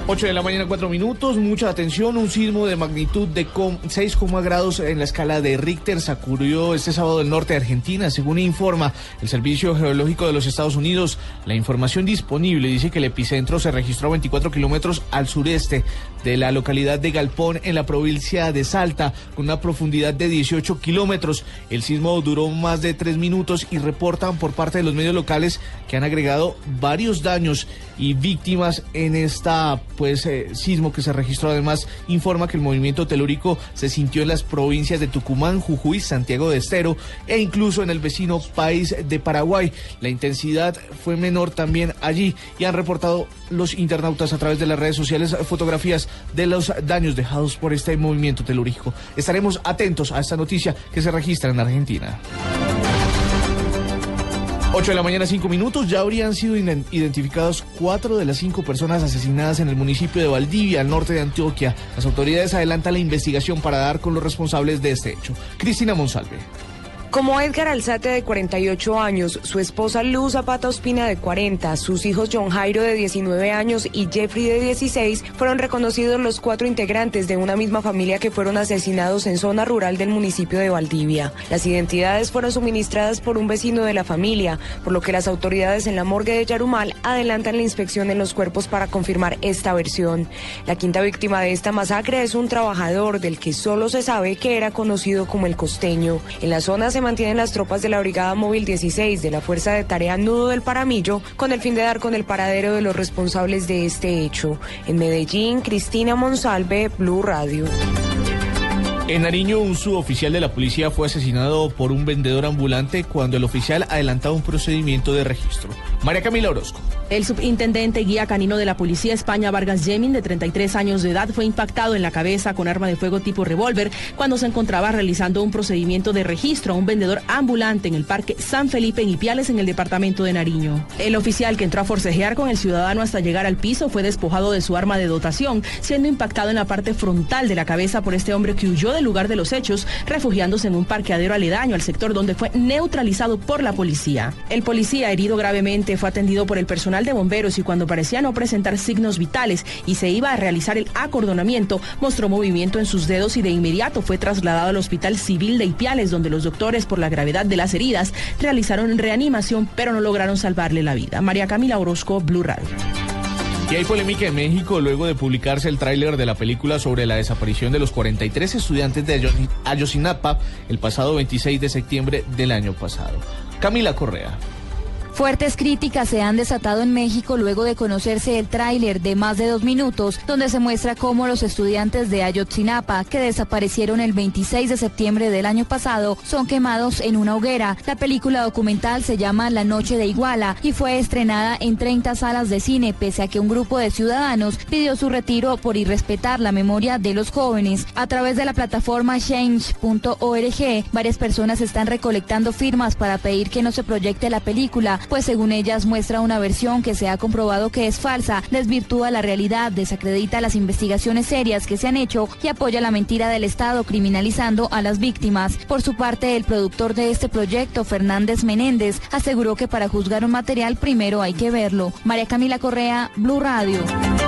8 de la mañana, 4 minutos, mucha atención, un sismo de magnitud de 6 grados en la escala de Richter sacudió este sábado el norte de Argentina, según informa el Servicio Geológico de los Estados Unidos. La información disponible dice que el epicentro se registró a 24 kilómetros al sureste de la localidad de Galpón, en la provincia de Salta, con una profundidad de 18 kilómetros. El sismo duró más de 3 minutos y reportan por parte de los medios locales que han agregado varios daños y víctimas en esta sismo que se registró. Además, informa que el movimiento telúrico se sintió en las provincias de Tucumán, Jujuy, Santiago del Estero e incluso en el vecino país de Paraguay. La intensidad fue menor también allí y han reportado los internautas a través de las redes sociales fotografías de los daños dejados por este movimiento telúrico. Estaremos atentos a esta noticia que se registra en Argentina. 8 de la mañana, 5 minutos, ya habrían sido identificados 4 de las 5 personas asesinadas en el municipio de Valdivia, al norte de Antioquia. Las autoridades adelantan la investigación para dar con los responsables de este hecho. Cristina Monsalve. Como Edgar Alzate, de 48 años, su esposa Luz Zapata Ospina, de 40, sus hijos John Jairo, de 19 años, y Jeffrey, de 16, fueron reconocidos los 4 integrantes de una misma familia que fueron asesinados en zona rural del municipio de Valdivia. Las identidades fueron suministradas por un vecino de la familia, por lo que las autoridades en la morgue de Yarumal adelantan la inspección en los cuerpos para confirmar esta versión. La quinta víctima de esta masacre es un trabajador del que solo se sabe que era conocido como el Costeño. En la zona se mantienen las tropas de la Brigada Móvil 16 de la Fuerza de Tarea Nudo del Paramillo con el fin de dar con el paradero de los responsables de este hecho. En Medellín, Cristina Monsalve, Blue Radio. En Nariño, un suboficial de la policía fue asesinado por un vendedor ambulante cuando el oficial adelantaba un procedimiento de registro. María Camila Orozco. El subintendente guía canino de la Policía España, Vargas Yemin, de 33 años de edad, fue impactado en la cabeza con arma de fuego tipo revólver cuando se encontraba realizando un procedimiento de registro a un vendedor ambulante en el Parque San Felipe en Ipiales, en el departamento de Nariño. El oficial, que entró a forcejear con el ciudadano hasta llegar al piso, fue despojado de su arma de dotación, siendo impactado en la parte frontal de la cabeza por este hombre que huyó del lugar de los hechos, refugiándose en un parqueadero aledaño al sector, donde fue neutralizado por la policía. El policía, herido gravemente, fue atendido por el personal de bomberos y cuando parecía no presentar signos vitales y se iba a realizar el acordonamiento, mostró movimiento en sus dedos y de inmediato fue trasladado al Hospital Civil de Ipiales, donde los doctores, por la gravedad de las heridas, realizaron reanimación, pero no lograron salvarle la vida. María Camila Orozco, Blue Radio. Y hay polémica en México luego de publicarse el tráiler de la película sobre la desaparición de los 43 estudiantes de Ayotzinapa el pasado 26 de septiembre del año pasado. Camila Correa. Fuertes críticas se han desatado en México luego de conocerse el tráiler de más de 2 minutos, donde se muestra cómo los estudiantes de Ayotzinapa, que desaparecieron el 26 de septiembre del año pasado, son quemados en una hoguera. La película documental se llama La Noche de Iguala y fue estrenada en 30 salas de cine, pese a que un grupo de ciudadanos pidió su retiro por irrespetar la memoria de los jóvenes. A través de la plataforma change.org, varias personas están recolectando firmas para pedir que no se proyecte la película, pues según ellas muestra una versión que se ha comprobado que es falsa, desvirtúa la realidad, desacredita las investigaciones serias que se han hecho y apoya la mentira del Estado criminalizando a las víctimas. Por su parte, el productor de este proyecto, Fernández Menéndez, aseguró que para juzgar un material primero hay que verlo. María Camila Correa, Blue Radio.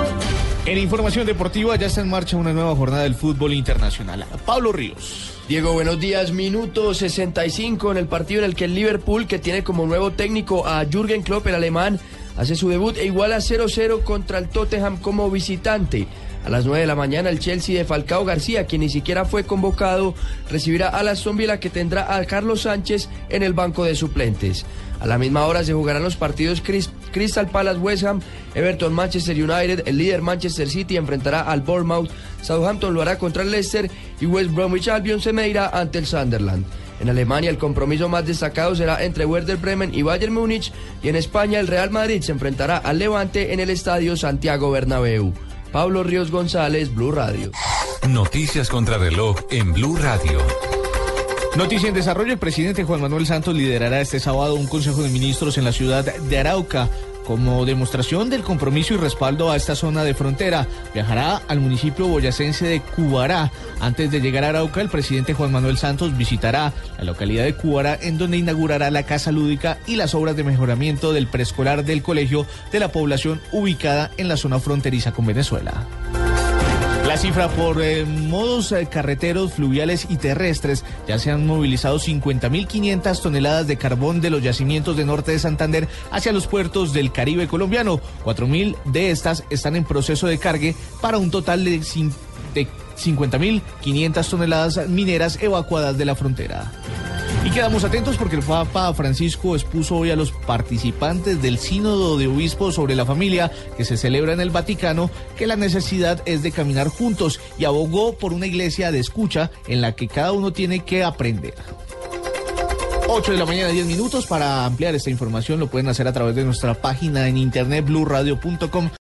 En información deportiva ya está en marcha una nueva jornada del fútbol internacional. Pablo Ríos. Diego, buenos días. Minuto 65 en el partido en el que el Liverpool, que tiene como nuevo técnico a Jürgen Klopp, el alemán, hace su debut e iguala 0-0 contra el Tottenham como visitante. A las 9 de la mañana el Chelsea de Falcao García, quien ni siquiera fue convocado, recibirá a la Aston Villa, que tendrá a Carlos Sánchez en el banco de suplentes. A la misma hora se jugarán los partidos Crystal Palace West Ham, Everton Manchester United, el líder Manchester City enfrentará al Bournemouth, Southampton lo hará contra el Leicester y West Bromwich Albion se medirá ante el Sunderland. En Alemania el compromiso más destacado será entre Werder Bremen y Bayern Múnich, y en España el Real Madrid se enfrentará al Levante en el estadio Santiago Bernabéu. Pablo Ríos González, Blue Radio. Noticias contra reloj en Blue Radio. Noticia en desarrollo: el presidente Juan Manuel Santos liderará este sábado un consejo de ministros en la ciudad de Arauca Como demostración del compromiso y respaldo a esta zona de frontera, viajará al municipio boyacense de Cubará. Antes de llegar a Arauca, el presidente Juan Manuel Santos visitará la localidad de Cubará, en donde inaugurará la casa lúdica y las obras de mejoramiento del preescolar del colegio de la población ubicada en la zona fronteriza con Venezuela. La cifra por modos carreteros, fluviales y terrestres, ya se han movilizado 50.500 toneladas de carbón de los yacimientos de norte de Santander hacia los puertos del Caribe colombiano. 4.000 de estas están en proceso de cargue para un total de 50.500 toneladas mineras evacuadas de la frontera. Y quedamos atentos porque el Papa Francisco expuso hoy a los participantes del Sínodo de Obispos sobre la familia que se celebra en el Vaticano que la necesidad es de caminar juntos y abogó por una iglesia de escucha en la que cada uno tiene que aprender. 8 de la mañana, 10 minutos. Para ampliar esta información lo pueden hacer a través de nuestra página en internet blurradio.com.